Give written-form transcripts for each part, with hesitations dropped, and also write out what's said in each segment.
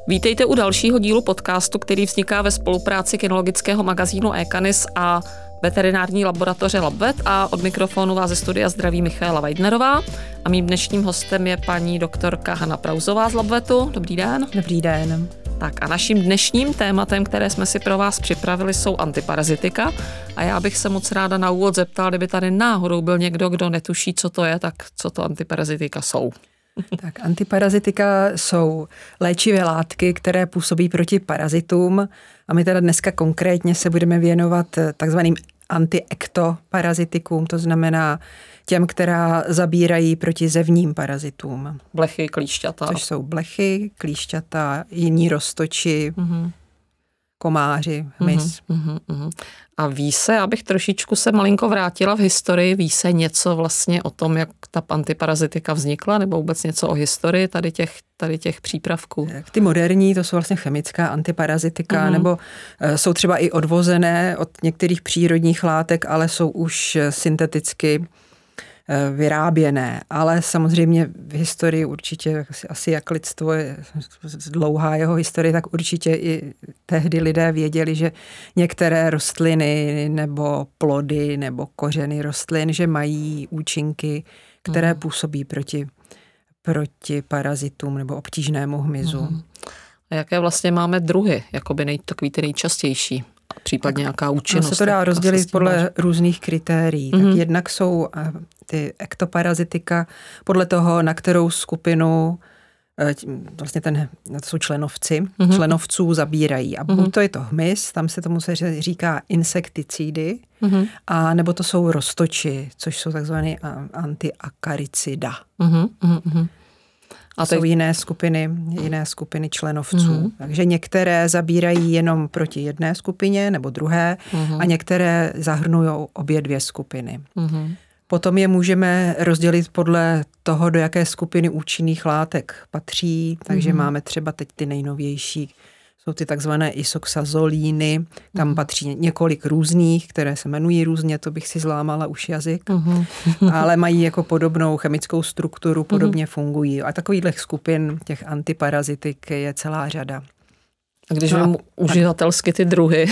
Vítejte u dalšího dílu podcastu, který vzniká ve spolupráci kynologického magazínu eCanis a veterinární laboratoře LabVet, a od mikrofonu vás ze studia zdraví Michaela Weidnerová a mým dnešním hostem je paní doktorka Hana Prausová z LabVetu. Dobrý den. Dobrý den. Tak a naším dnešním tématem, které jsme si pro vás připravili, jsou antiparazitika. A já bych se moc ráda na úvod zeptala, kdyby tady náhodou byl někdo, kdo netuší, co to je, tak co to antiparazitika jsou? Tak antiparazitika jsou léčivé látky, které působí proti parazitům, a my teda dneska konkrétně se budeme věnovat takzvaným antiektoparazitikum, to znamená těm, která zabírají proti zevním parazitům. Blechy, klíšťata. Což jsou blechy, klíšťata, jiní roztoči, komáři, hmyz. A ví se, abych trošičku se malinko vrátila v historii, ví se něco vlastně o tom, jak ta antiparazitika vznikla, nebo vůbec něco o historii tady těch přípravků? Ty moderní, to jsou vlastně chemická antiparazitika, nebo jsou třeba i odvozené od některých přírodních látek, ale jsou už synteticky vyráběné, ale samozřejmě v historii určitě, asi jak lidstvo je dlouhá jeho historie, tak určitě i tehdy lidé věděli, že některé rostliny nebo plody nebo kořeny rostlin, že mají účinky, které působí proti parazitům nebo obtížnému hmyzu. A jaké vlastně máme druhy, jakoby takový ty nejčastější? Případně nějaká účinnost. Se to dá rozdělit podle různých kritérií. Tak jednak jsou ty ektoparazitika podle toho, na kterou skupinu vlastně to jsou členovci, členovců zabírají. A buď to je to hmyz, tam se tomu se říká insekticidy, a nebo to jsou roztoči, což jsou takzvané antiakaricida. A jsou jiné skupiny členovců. Takže některé zabírají jenom proti jedné skupině nebo druhé a některé zahrnují obě dvě skupiny. Potom je můžeme rozdělit podle toho, do jaké skupiny účinných látek patří. Takže máme třeba teď ty nejnovější, jsou ty takzvané isoxazolíny, tam patří několik různých, které se jmenují různě, to bych si zlámala už jazyk, ale mají jako podobnou chemickou strukturu, podobně fungují. A takovýchhle skupin těch antiparazitik je celá řada. A když mám uživatelsky ty druhy?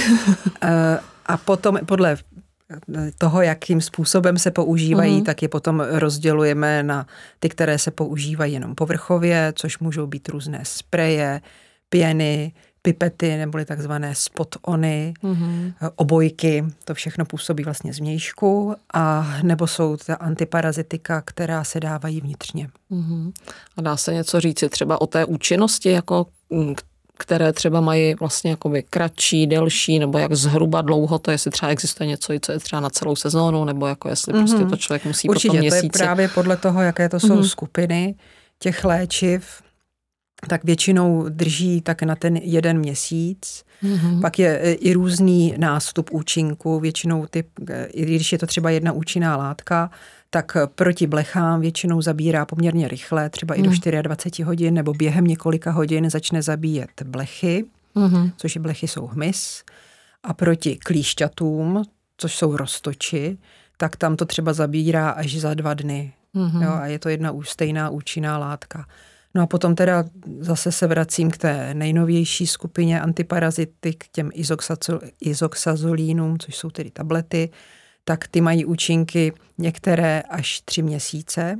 A potom podle toho, jakým způsobem se používají, tak je potom rozdělujeme na ty, které se používají jenom povrchově, což můžou být různé spreje, pěny, pipety neboli takzvané spot-ony, obojky, to všechno působí vlastně zvnějšku, a nebo jsou ta antiparazitika, která se dávají vnitřně. A dá se něco říci třeba o té účinnosti, jako které třeba mají vlastně jakoby kratší, delší, nebo jak zhruba dlouho to, jestli třeba existuje něco, co je třeba na celou sezónu, nebo jako jestli prostě to člověk musí určitě, po tom měsíci. Určitě, to je právě podle toho, jaké to jsou skupiny těch léčiv, tak většinou drží tak na ten 1 měsíc. Pak je i různý nástup účinku, většinou i když je to třeba jedna účinná látka, tak proti blechám většinou zabírá poměrně rychle, třeba i do 24 hodin, nebo během několika hodin začne zabíjet blechy, což blechy jsou hmyz, a proti klíšťatům, což jsou roztoči, tak tam to třeba zabírá až za 2 dny. Jo, a je to jedna stejná účinná látka. No a potom teda zase se vracím k té nejnovější skupině antiparazitik, k těm isoxazolínům, což jsou tedy tablety, tak ty mají účinky některé až 3 měsíce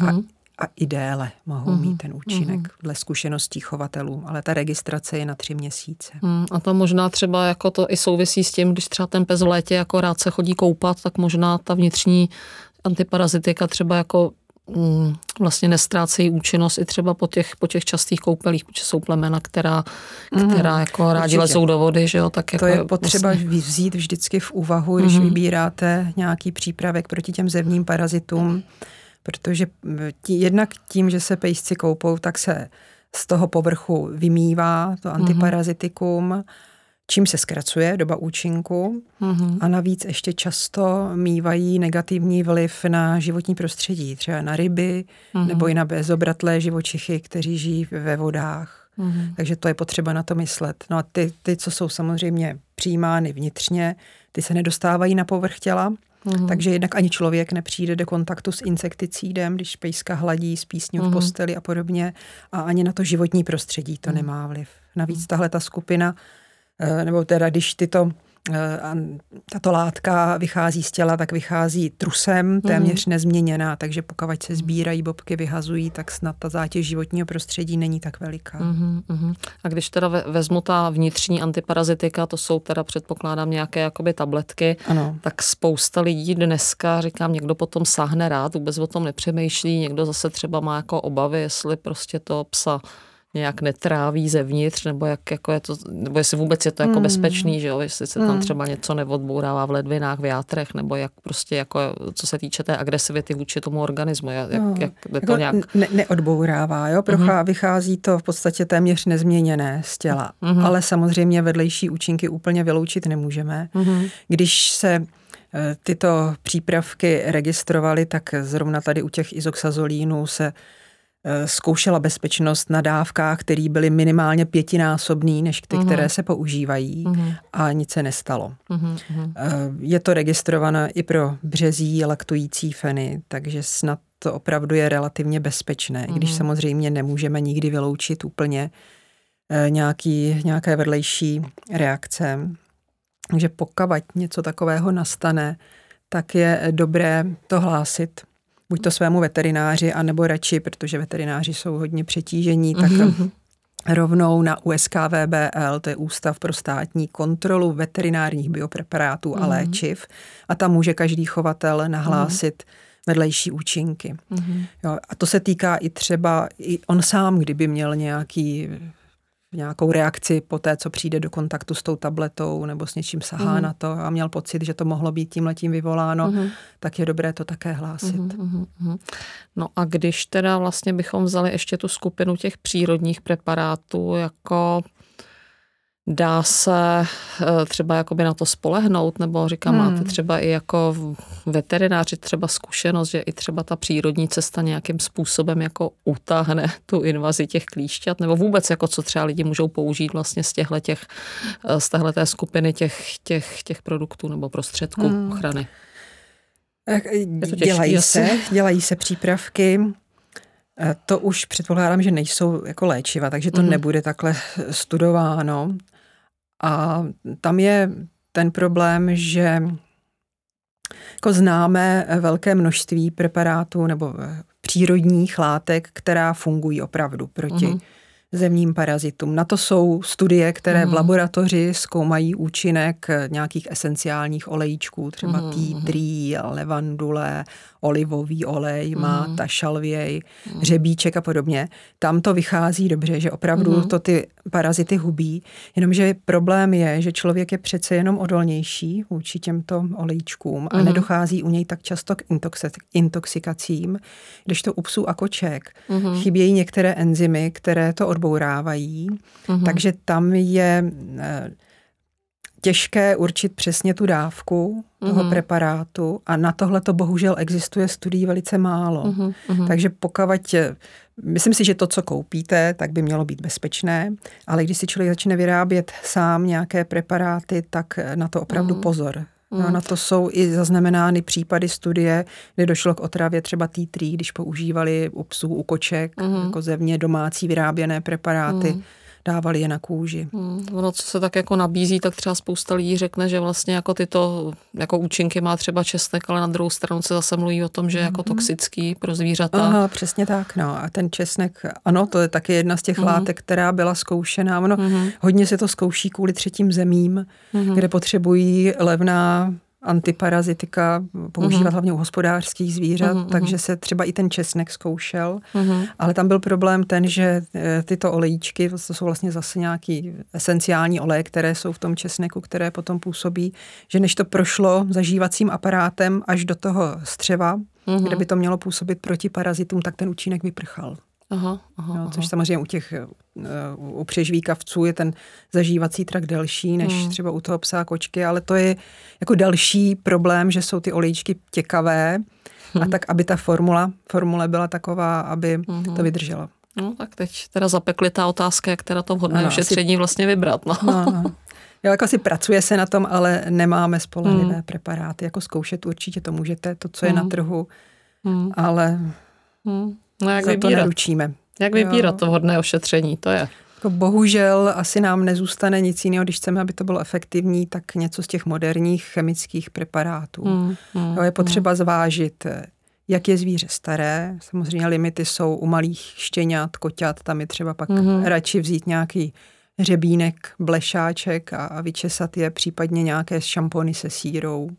a i déle mohou mít ten účinek dle zkušeností chovatelů, ale ta registrace je na 3 měsíce. A to možná třeba jako to i souvisí s tím, když třeba ten pes v létě jako rád se chodí koupat, tak možná ta vnitřní antiparazitika třeba jako vlastně nestrácejí účinnost i třeba po těch častých koupelích, protože jsou plemena, která jako rádi lezou do vody, že jo, tak jako to je potřeba vzít vždycky v úvahu, když vybíráte nějaký přípravek proti těm zevním parazitům, protože jednak tím, že se pejsci koupou, tak se z toho povrchu vymývá to antiparazitikum, čím se zkracuje doba účinku a navíc ještě často mívají negativní vliv na životní prostředí, třeba na ryby nebo i na bezobratlé živočichy, kteří žijí ve vodách. Takže to je potřeba na to myslet. No a ty, co jsou samozřejmě přijímány vnitřně, ty se nedostávají na povrch těla, takže jednak ani člověk nepřijde do kontaktu s insekticídem, když pejska hladí s písňou v posteli a podobně, a ani na to životní prostředí to nemá vliv. Navíc tahle ta skupina, nebo teda když tato látka vychází z těla, tak vychází trusem, téměř nezměněná, takže pokud se sbírají bobky, vyhazují, tak snad ta zátěž životního prostředí není tak veliká. A když teda vezmu ta vnitřní antiparazitika, to jsou teda předpokládám nějaké jakoby tabletky, ano. Tak spousta lidí dneska, říkám, někdo potom sáhne rád, vůbec o tom nepřemýšlí, někdo zase třeba má jako obavy, jestli prostě to psa nějak netráví zevnitř, nebo jak jako je to, nebo jestli vůbec je to jako bezpečný, že jo, jestli se tam třeba něco neodbourává v ledvinách, v játrech, nebo jak prostě jako, co se týče té agresivity vůči tomu organismu, jak to nějak... Neodbourává, jo, vychází to v podstatě téměř nezměněné z těla, ale samozřejmě vedlejší účinky úplně vyloučit nemůžeme. Když se tyto přípravky registrovaly, tak zrovna tady u těch izoxazolínů se zkoušela bezpečnost na dávkách, které byly minimálně 5násobný než ty, které se používají a nic se nestalo. Je to registrované i pro březí laktující feny, takže snad to opravdu je relativně bezpečné, i když samozřejmě nemůžeme nikdy vyloučit úplně nějaké vedlejší reakce. Takže pokud něco takového nastane, tak je dobré to hlásit buď to svému veterináři, anebo radši, protože veterináři jsou hodně přetížení, tak rovnou na USKVBL, to je Ústav pro státní kontrolu veterinárních biopreparátů a léčiv, a tam může každý chovatel nahlásit vedlejší účinky. Jo, a to se týká i třeba i on sám, kdyby měl nějakou reakci po té, co přijde do kontaktu s tou tabletou nebo s něčím sahá na to a měl pocit, že to mohlo být tímhletím vyvoláno, tak je dobré to také hlásit. No a když teda vlastně bychom vzali ještě tu skupinu těch přírodních preparátů, jako dá se třeba jakoby na to spolehnout, nebo říkám, máte třeba i jako veterináři třeba zkušenost, že i třeba ta přírodní cesta nějakým způsobem jako utáhne tu invazi těch klíšťat, nebo vůbec jako co třeba lidi můžou použít vlastně z téhleté skupiny těch produktů nebo prostředků ochrany. Dělají se přípravky. To už předpokládám, že nejsou jako léčiva, takže to nebude takhle studováno. A tam je ten problém, že jako známe velké množství preparátů nebo přírodních látek, která fungují opravdu proti zemním parazitům. Na to jsou studie, které v laboratoři zkoumají účinek nějakých esenciálních olejíčků, třeba tea tree, levandule, olivový olej, máta, šalvěj, řebíček a podobně. Tam to vychází dobře, že opravdu to ty parazity hubí, jenomže problém je, že člověk je přece jenom odolnější vůči těmto olejčkům a nedochází u něj tak často k intoxikacím, když to u psů a koček chybějí některé enzymy, které to odbourávají, takže tam je těžké určit přesně tu dávku toho preparátu a na tohle to bohužel existuje studií velice málo. Takže myslím si, že to, co koupíte, tak by mělo být bezpečné, ale když si člověk začne vyrábět sám nějaké preparáty, tak na to opravdu pozor. No, na to jsou i zaznamenány případy studie, kde došlo k otravě třeba tea tree, když používali u psů, u koček, jako zevně domácí vyráběné preparáty, dávali je na kůži. Ono, co se tak jako nabízí, tak třeba spousta lidí řekne, že vlastně jako tyto jako účinky má třeba česnek, ale na druhou stranu se zase mluví o tom, že je jako toxický pro zvířata. Aha, přesně tak, no. A ten česnek, ano, to je taky jedna z těch látek, která byla zkoušená. Ono, hodně se to zkouší kvůli třetím zemím, kde potřebují levná antiparazitika používat hlavně u hospodářských zvířat, takže se třeba i ten česnek zkoušel, ale tam byl problém ten, že tyto olejíčky, to jsou vlastně zase nějaký esenciální oleje, které jsou v tom česneku, které potom působí, že než to prošlo zažívacím aparátem až do toho střeva, kde by to mělo působit proti parazitům, tak ten účinek vyprchal. Což samozřejmě u přežvíkavců je ten zažívací trakt delší než třeba u toho psa a kočky, ale to je jako další problém, že jsou ty olejčky těkavé a tak, aby ta formule byla taková, aby to vydrželo. No tak teď teda zapeklitá otázka, jak teda to vhodné ošetření vlastně vybrat. Jo, jako asi pracuje se na tom, ale nemáme spolehlivé preparáty. Jako zkoušet určitě to můžete, to, co je na trhu, ale... No jak za to neručíme. Jak vybírat to vhodné ošetření, to je. Bohužel asi nám nezůstane nic jiného, když chceme, aby to bylo efektivní, tak něco z těch moderních chemických preparátů. Je potřeba zvážit, jak je zvíře staré. Samozřejmě limity jsou u malých štěňat, koťat, tam je třeba pak radši vzít nějaký hřebínek, blešáček a vyčesat je, případně nějaké šampony se sírou.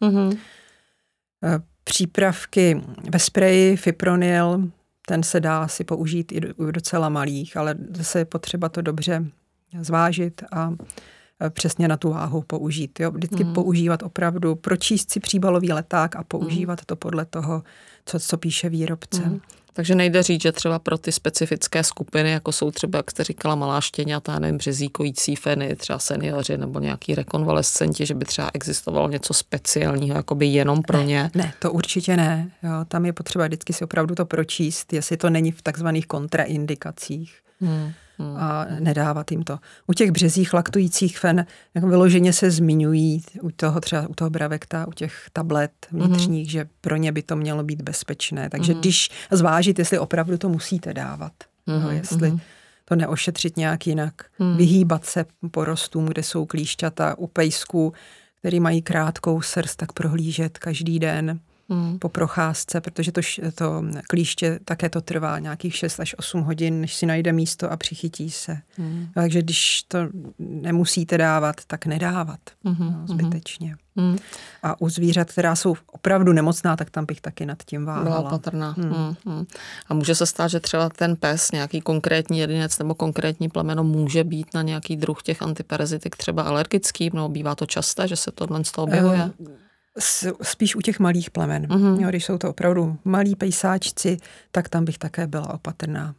Přípravky ve spreji, fipronil, ten se dá si použít i u docela malých, ale zase je potřeba to dobře zvážit a přesně na tu váhu použít. Jo? Vždycky používat opravdu, pročíst si příbalový leták a používat to podle toho, co píše výrobce. Takže nejde říct, že třeba pro ty specifické skupiny, jako jsou třeba, jak jste říkala, malá štěňata, nevím, březíkojící feny, třeba seniori nebo nějaký rekonvalescenti, že by třeba existovalo něco speciálního, jakoby jenom pro ně? Ne, to určitě ne. Jo, tam je potřeba vždycky si opravdu to pročíst, jestli to není v takzvaných kontraindikacích. A nedávat jim to. U těch březích laktujících fen jako vyloženě se zmiňují třeba u toho Bravecta, u těch tablet vnitřních, že pro ně by to mělo být bezpečné. Takže když zvážit, jestli opravdu to musíte dávat, jestli to neošetřit nějak jinak, vyhýbat se porostům, kde jsou klíšťata, u pejsků, který mají krátkou srst, tak prohlížet každý den po procházce, protože to klíště také to trvá nějakých 6 až 8 hodin, než si najde místo a přichytí se. Takže když to nemusíte dávat, tak nedávat zbytečně. A u zvířat, která jsou opravdu nemocná, tak tam bych taky nad tím váhala. Byla opatrná. A může se stát, že třeba ten pes, nějaký konkrétní jedinec nebo konkrétní plemeno může být na nějaký druh těch antiparazitik třeba alergický, nebo bývá to časté, že se tohle z toho objevuje? Spíš u těch malých plemen. Jo, když jsou to opravdu malí pejsáčci, tak tam bych také byla opatrná.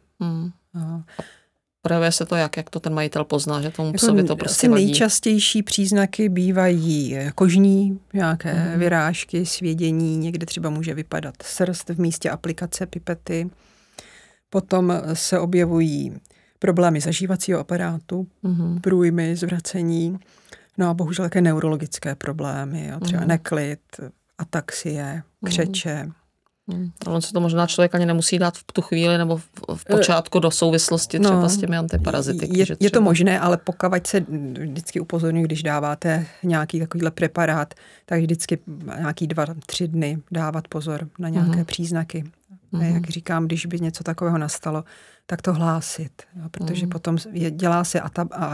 Projevuje se to jak to ten majitel pozná, že tomu psovi to prostě vadí? Nejčastější příznaky bývají kožní, nějaké vyrážky, svědění, někde třeba může vypadat srst v místě aplikace pipety. Potom se objevují problémy zažívacího aparátu, průjmy, zvracení, no a bohužel také neurologické problémy, jo, třeba neklid, ataxie, křeče. On se to možná člověk ani nemusí dát v tu chvíli nebo v počátku do souvislosti třeba s těmi antiparazitiky. Je to možné, ale pokud se vždycky upozorňuji, když dáváte nějaký takovýhle preparát, tak vždycky nějaký 2-3 dny dávat pozor na nějaké příznaky. Jak říkám, když by něco takového nastalo, tak to hlásit, jo, protože potom dělá se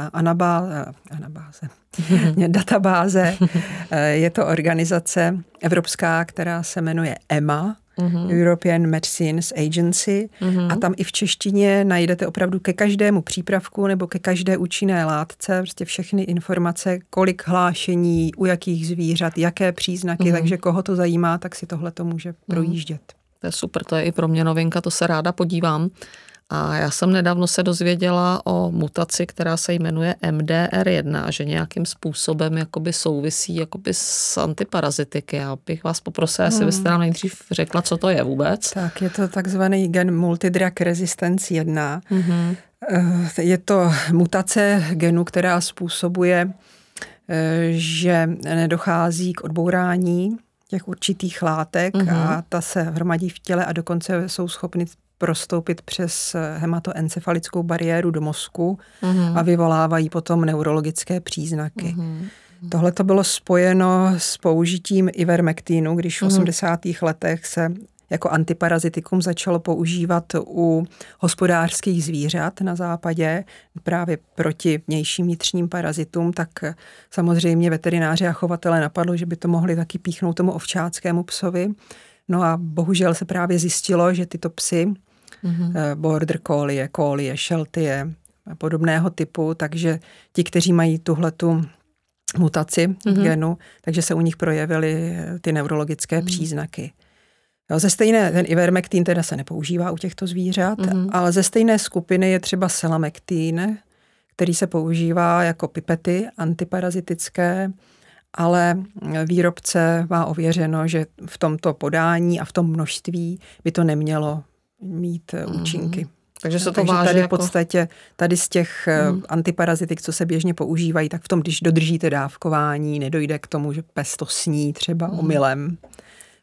databáze. Je to organizace evropská, která se jmenuje EMA, European Medicines Agency, a tam i v češtině najdete opravdu ke každému přípravku nebo ke každé účinné látce prostě všechny informace, kolik hlášení, u jakých zvířat, jaké příznaky, takže koho to zajímá, tak si tohle to může projíždět. To je super, to je i pro mě novinka, to se ráda podívám. A já jsem nedávno se dozvěděla o mutaci, která se jmenuje MDR1 a že nějakým způsobem jakoby souvisí jakoby s antiparazitiky. Já bych vás poprosila, jestli byste nám nejdřív řekla, co to je vůbec. Tak, je to takzvaný gen multidrug resistance 1. Je to mutace genu, která způsobuje, že nedochází k odbourání těch určitých látek a ta se hromadí v těle a dokonce jsou schopny prostoupit přes hematoencefalickou bariéru do mozku a vyvolávají potom neurologické příznaky. Tohle to bylo spojeno s použitím ivermectinu, když v 80. letech se jako antiparazitikum začalo používat u hospodářských zvířat na západě právě proti vnějším vnitřním parazitům, tak samozřejmě veterináři a chovatele napadlo, že by to mohli taky píchnout tomu ovčáckému psovi. No a bohužel se právě zjistilo, že tyto psy, border collie, sheltie a podobného typu, takže ti, kteří mají tuhletu mutaci genu, takže se u nich projevily ty neurologické příznaky. Jo, ten ivermectin teda se nepoužívá u těchto zvířat, ale ze stejné skupiny je třeba selamectin, který se používá jako pipety antiparazitické, ale výrobce má ověřeno, že v tomto podání a v tom množství by to nemělo mít účinky. Takže se to váže tady jako... v podstatě, tady z těch antiparazitik, co se běžně používají, tak v tom, když dodržíte dávkování, nedojde k tomu, že pes to sní třeba omylem,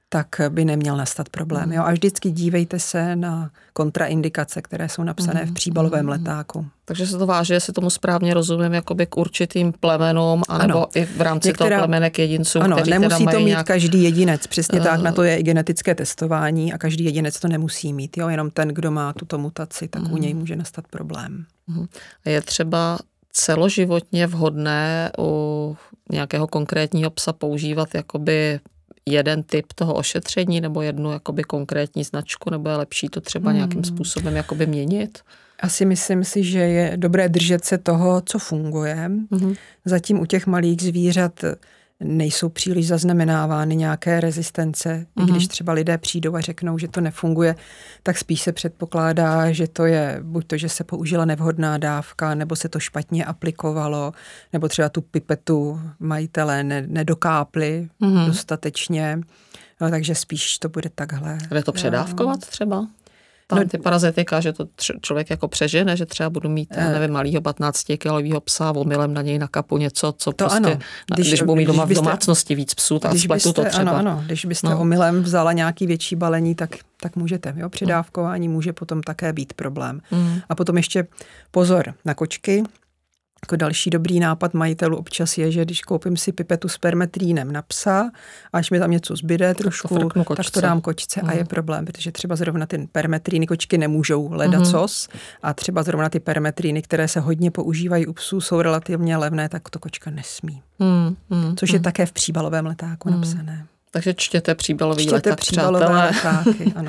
tak by neměl nastat problém. Jo? A vždycky dívejte se na kontraindikace, které jsou napsané v příbalovém letáku. Takže se to váže, jestli tomu správně rozumím, jakoby k určitým plemenům, anebo i v rámci toho plemene k jedincům, kteří nemusí teda mají to mít každý jedinec, přesně tak, na to je i genetické testování a každý jedinec to nemusí mít. Jo? Jenom ten, kdo má tuto mutaci, tak u něj může nastat problém. A je třeba celoživotně vhodné u nějakého konkrétního psa používat jakoby jeden typ toho ošetření nebo jednu jakoby konkrétní značku, nebo je lepší to třeba nějakým způsobem jakoby měnit? Asi myslím si, že je dobré držet se toho, co funguje. Zatím u těch malých zvířat nejsou příliš zaznamenávány nějaké rezistence. I když třeba lidé přijdou a řeknou, že to nefunguje, tak spíš se předpokládá, že to je buď to, že se použila nevhodná dávka, nebo se to špatně aplikovalo, nebo třeba tu pipetu majitelé nedokápli dostatečně. No, takže spíš to bude takhle. Jde to předávkovat třeba? Tam ty parazitika, že to člověk jako přežene, že třeba budu mít, nevím, malýho 15kilového psa, omylem na něj nakapu něco, co to prostě, ano. Když budu mít doma v domácnosti víc psů, tak spletu to třeba. Ano, když byste omylem vzala nějaký větší balení, tak můžete. Jo? Předávkování může potom také být problém. A potom ještě pozor na kočky. Jako další dobrý nápad majitelů občas je, že když koupím si pipetu s permetrínem na psa, až mi tam něco zbyde trošku, tak to dám kočce a je problém, protože třeba zrovna ty permetríny kočky nemůžou ledacos a třeba zrovna ty permetríny, které se hodně používají u psů, jsou relativně levné, tak to kočka nesmí. Což je také v příbalovém letáku napsané. Takže čtěte příbalový leták, přátelé. Letáky, ano.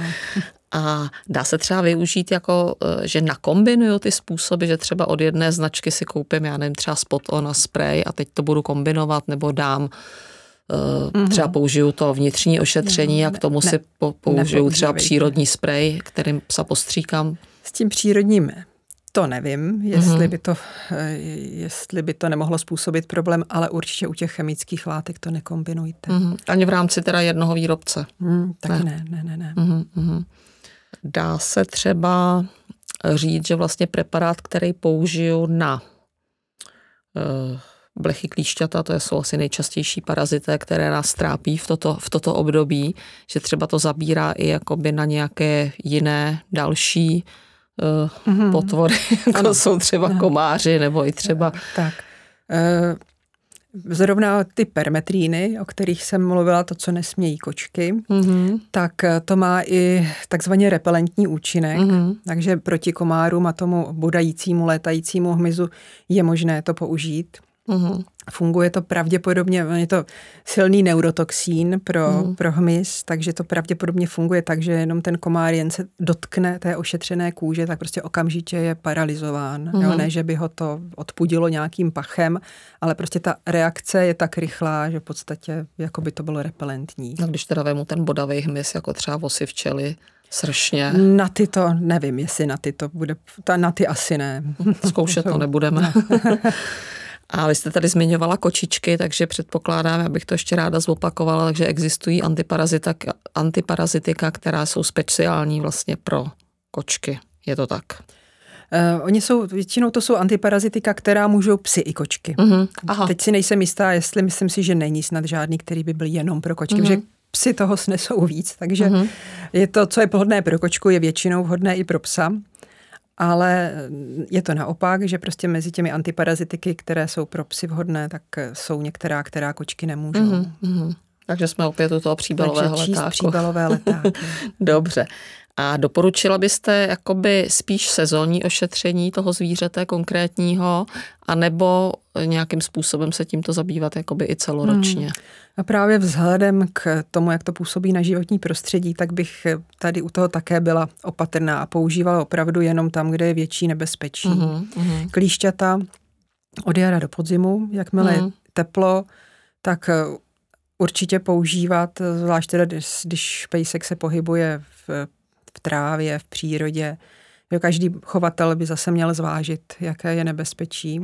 A dá se třeba využít jako, že nakombinuju ty způsoby, že třeba od jedné značky si koupím, já nevím, třeba spot-on a spray a teď to budu kombinovat, nebo dám, třeba použiju to vnitřní ošetření a k tomu si použiju třeba přírodní spray, kterým psa postříkám. S tím přírodním to nevím, jestli by to nemohlo způsobit problém, ale určitě u těch chemických látek to nekombinujte. Ani v rámci teda jednoho výrobce? Taky ne. Dá se třeba říct, že vlastně preparát, který použiju na blechy klíšťata, to jsou asi nejčastější parazité, které nás trápí v toto období, že třeba to zabírá i jakoby na nějaké jiné další potvory, jako jsou třeba komáři, nebo i třeba... Tak. Zrovna ty permetríny, o kterých jsem mluvila, to, co nesmějí kočky, tak to má i takzvaně repelentní účinek, takže proti komárům a tomu bodajícímu, létajícímu hmyzu je možné to použít. Funguje to pravděpodobně, je to silný neurotoxín pro hmyz, takže to pravděpodobně funguje tak, že jenom ten komár jen se dotkne té ošetřené kůže, tak prostě okamžitě je paralyzován. Jo? Ne, že by ho to odpudilo nějakým pachem, ale prostě ta reakce je tak rychlá, že v podstatě jako by to bylo repelentní. A když teda vemu ten bodavý hmyz, jako třeba vosy včely, sršně. Na ty to nevím, jestli na ty to bude, na ty asi ne. Zkoušet to nebudeme. A vy jste tady zmiňovala kočičky, takže předpokládám, abych to ještě ráda zopakovala, takže existují antiparazitika, která jsou speciální vlastně pro kočky. Je to tak? Oni jsou, většinou to jsou antiparazitika, která můžou psi i kočky. Teď si nejsem jistá, myslím si, že není snad žádný, který by byl jenom pro kočky, protože psi toho snesou víc, takže je to, co je vhodné pro kočku, je většinou vhodné i pro psa. Ale je to naopak, že prostě mezi těmi antiparazitiky, které jsou pro psy vhodné, tak jsou některá, která kočky nemůžou. Takže jsme opět u toho příbalového letáku. Příbalové letáky. Dobře. A doporučila byste jakoby spíš sezónní ošetření toho zvířete konkrétního, anebo nějakým způsobem se tímto zabývat jakoby i celoročně? A právě vzhledem k tomu, jak to působí na životní prostředí, tak bych tady u toho také byla opatrná a používala opravdu jenom tam, kde je větší nebezpečí. Klíšťata od jara do podzimu, jakmile je teplo, tak určitě používat, zvlášť teda, když pejsek se pohybuje v trávě, v přírodě. Každý chovatel by zase měl zvážit, jaké je nebezpečí.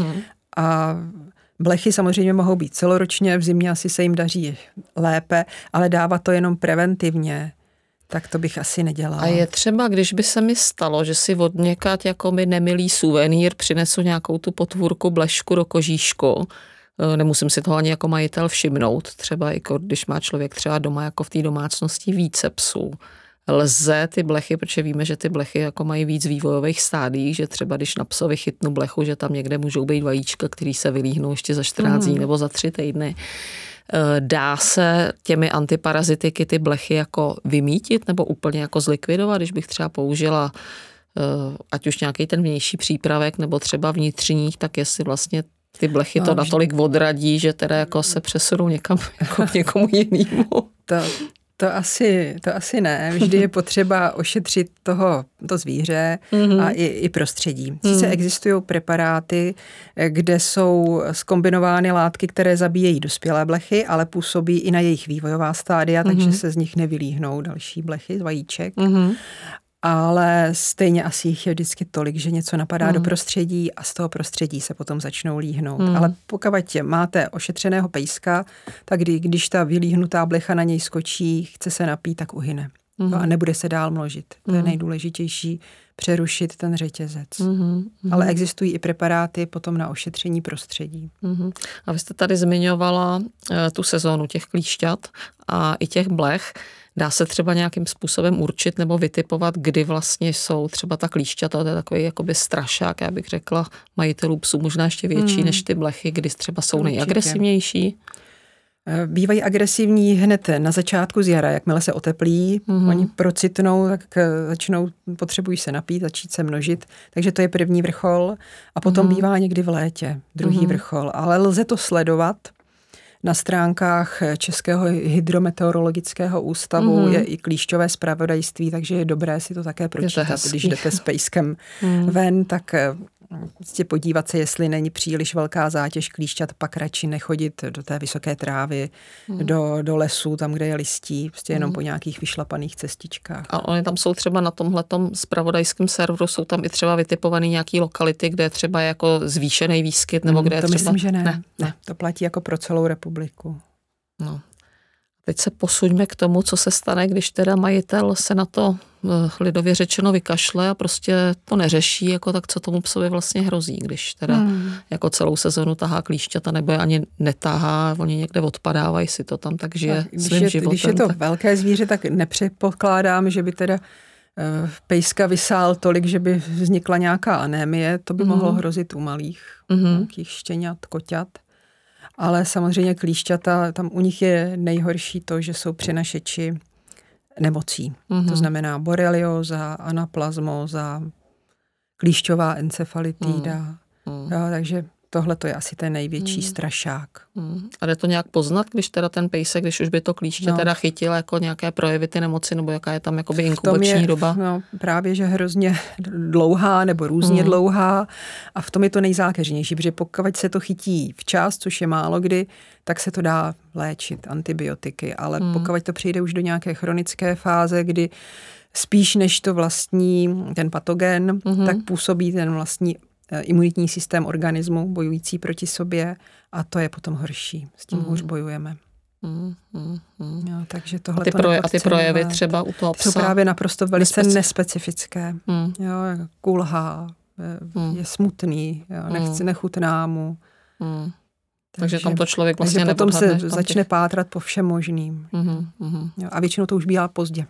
A blechy samozřejmě mohou být celoročně, v zimě asi se jim daří lépe, ale dávat to jenom preventivně, tak to bych asi nedělala. A je třeba, když by se mi stalo, že si odněkat jako mi nemilý suvenýr, přinesu nějakou tu potvůrku blešku do kožíšku, nemusím si toho ani jako majitel všimnout, třeba i když má člověk třeba doma jako v té domácnosti více psů. Lze ty blechy, protože víme, že ty blechy jako mají víc vývojových stádií, že třeba když na psovi chytnu blechu, že tam někde můžou být vajíčka, který se vylíhnou ještě za 14 dní nebo za 3 týdny. Dá se těmi antiparazitiky ty blechy jako vymítit nebo úplně jako zlikvidovat, když bych třeba použila ať už nějaký ten vnější přípravek nebo třeba vnitřních, tak jestli vlastně ty blechy to natolik odradí, že teda jako se přesunou někam jako k někomu jinému. To asi ne. Vždy je potřeba ošetřit to zvíře a i prostředí. Sice existují preparáty, kde jsou zkombinovány látky, které zabíjejí dospělé blechy, ale působí i na jejich vývojová stádia, takže se z nich nevylíhnou další blechy z vajíček. Ale stejně asi jich je vždycky tolik, že něco napadá do prostředí a z toho prostředí se potom začnou líhnout. Ale pokud máte ošetřeného pejska, tak když ta vylíhnutá blecha na něj skočí, chce se napít, tak uhyne. A nebude se dál množit. To je nejdůležitější, přerušit ten řetězec. Ale existují i preparáty potom na ošetření prostředí. A vy jste tady zmiňovala tu sezónu těch klíšťat a i těch blech. Dá se třeba nějakým způsobem určit nebo vytipovat, kdy vlastně jsou třeba ta klíšťata, to je takový jakoby strašák, já bych řekla, majitelů psů, možná ještě větší než ty blechy, kdy třeba jsou nejagresivnější. Bývají agresivní hned na začátku z jara, jakmile se oteplí, oni procitnou, tak potřebují se napít, začít se množit, takže to je první vrchol a potom bývá někdy v létě druhý vrchol, ale lze to sledovat. Na stránkách Českého hydrometeorologického ústavu je i klíšťové zpravodajství, takže je dobré si to také pročítat. Když jdete s pejskem ven, tak podívat se, jestli není příliš velká zátěž klíšťat, pak radši nechodit do té vysoké trávy, do lesů, tam, kde je listí, prostě jenom po nějakých vyšlapaných cestičkách. A oni tam jsou třeba na tomhletom zpravodajském serveru, jsou tam i třeba vytipované nějaké lokality, kde je třeba jako zvýšený výskyt, nebo kde je to třeba... myslím, že ne. To platí jako pro celou republiku. No. Teď se posuňme k tomu, co se stane, když teda majitel se na to lidově řečeno vykašle a prostě to neřeší, jako tak co tomu psovi vlastně hrozí, když teda jako celou sezonu tahá klíšťata nebo je ani netahá, oni někde odpadávají si to tam, tak žije svým životem. Když je to velké zvíře, tak nepředpokládám, že by teda pejska vysál tolik, že by vznikla nějaká anémie, to by mohlo hrozit u malých nějakých štěňat, koťat. Ale samozřejmě klíšťata, tam u nich je nejhorší to, že jsou přenašeči nemocí. To znamená borelióza, anaplazmóza, klíšťová encefalitída. Takže tohle to je asi ten největší strašák. A jde to nějak poznat, když teda ten pejsek, když už by to klíště teda chytil jako nějaké projevy ty nemoci, nebo jaká je tam jakoby inkubační doba? No, právě, že hrozně dlouhá nebo různě dlouhá a v tom je to nejzákeřnější, protože pokud se to chytí včas, což je málo kdy, tak se to dá léčit, antibiotiky, ale pokud to přijde už do nějaké chronické fáze, kdy spíš než to vlastní ten patogen, tak působí ten vlastní imunitní systém organismu bojující proti sobě a to je potom horší. S tím hůř bojujeme. Jo, takže tohle a ty projevy třeba u toho psa? Jsou právě naprosto velice nespecifické. Jo, kulhá, je smutný, jo, nechutná mu. Takže tam to člověk vlastně potom se začne pátrat po všem možným. Jo, a většinou to už bývá pozdě.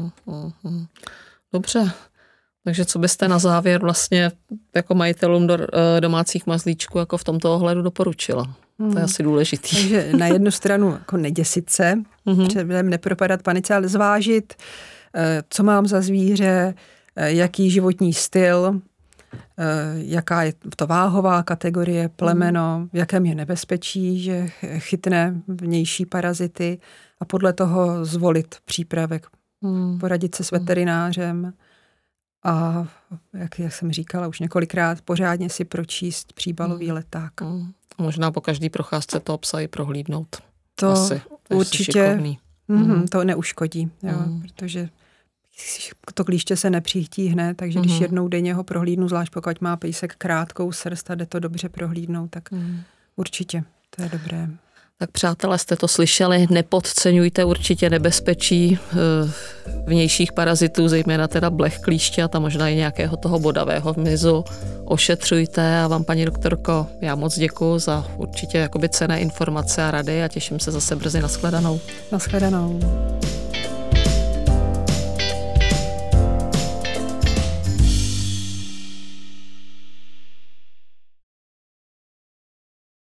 Dobře. Takže co byste na závěr vlastně jako majitelům domácích mazlíčků jako v tomto ohledu doporučila? To je asi důležitý. Takže na jednu stranu jako neděsit se, předem nepropadat panice, ale zvážit, co mám za zvíře, jaký životní styl, jaká je to váhová kategorie, plemeno, v jakém je nebezpečí, že chytne vnější parazity a podle toho zvolit přípravek, poradit se s veterinářem. A jak jsem říkala už několikrát, pořádně si pročíst příbalový leták. Možná po každý procházce toho psa i prohlídnout. To asi, určitě to neuškodí, jo, protože to klíště se nepřichtí hned, takže když jednou denně ho prohlídnu, zvlášť pokud má pejsek krátkou srst a jde to dobře prohlídnout, tak určitě to je dobré. Tak přátelé, jste to slyšeli, nepodceňujte určitě nebezpečí vnějších parazitů, zejména teda blech, klíště a tam možná i nějakého toho bodavého hmyzu. Ošetřujte a vám, paní doktorko, já moc děkuju za určitě jakoby cenné informace a rady a těším se zase brzy. Nashledanou. Nashledanou.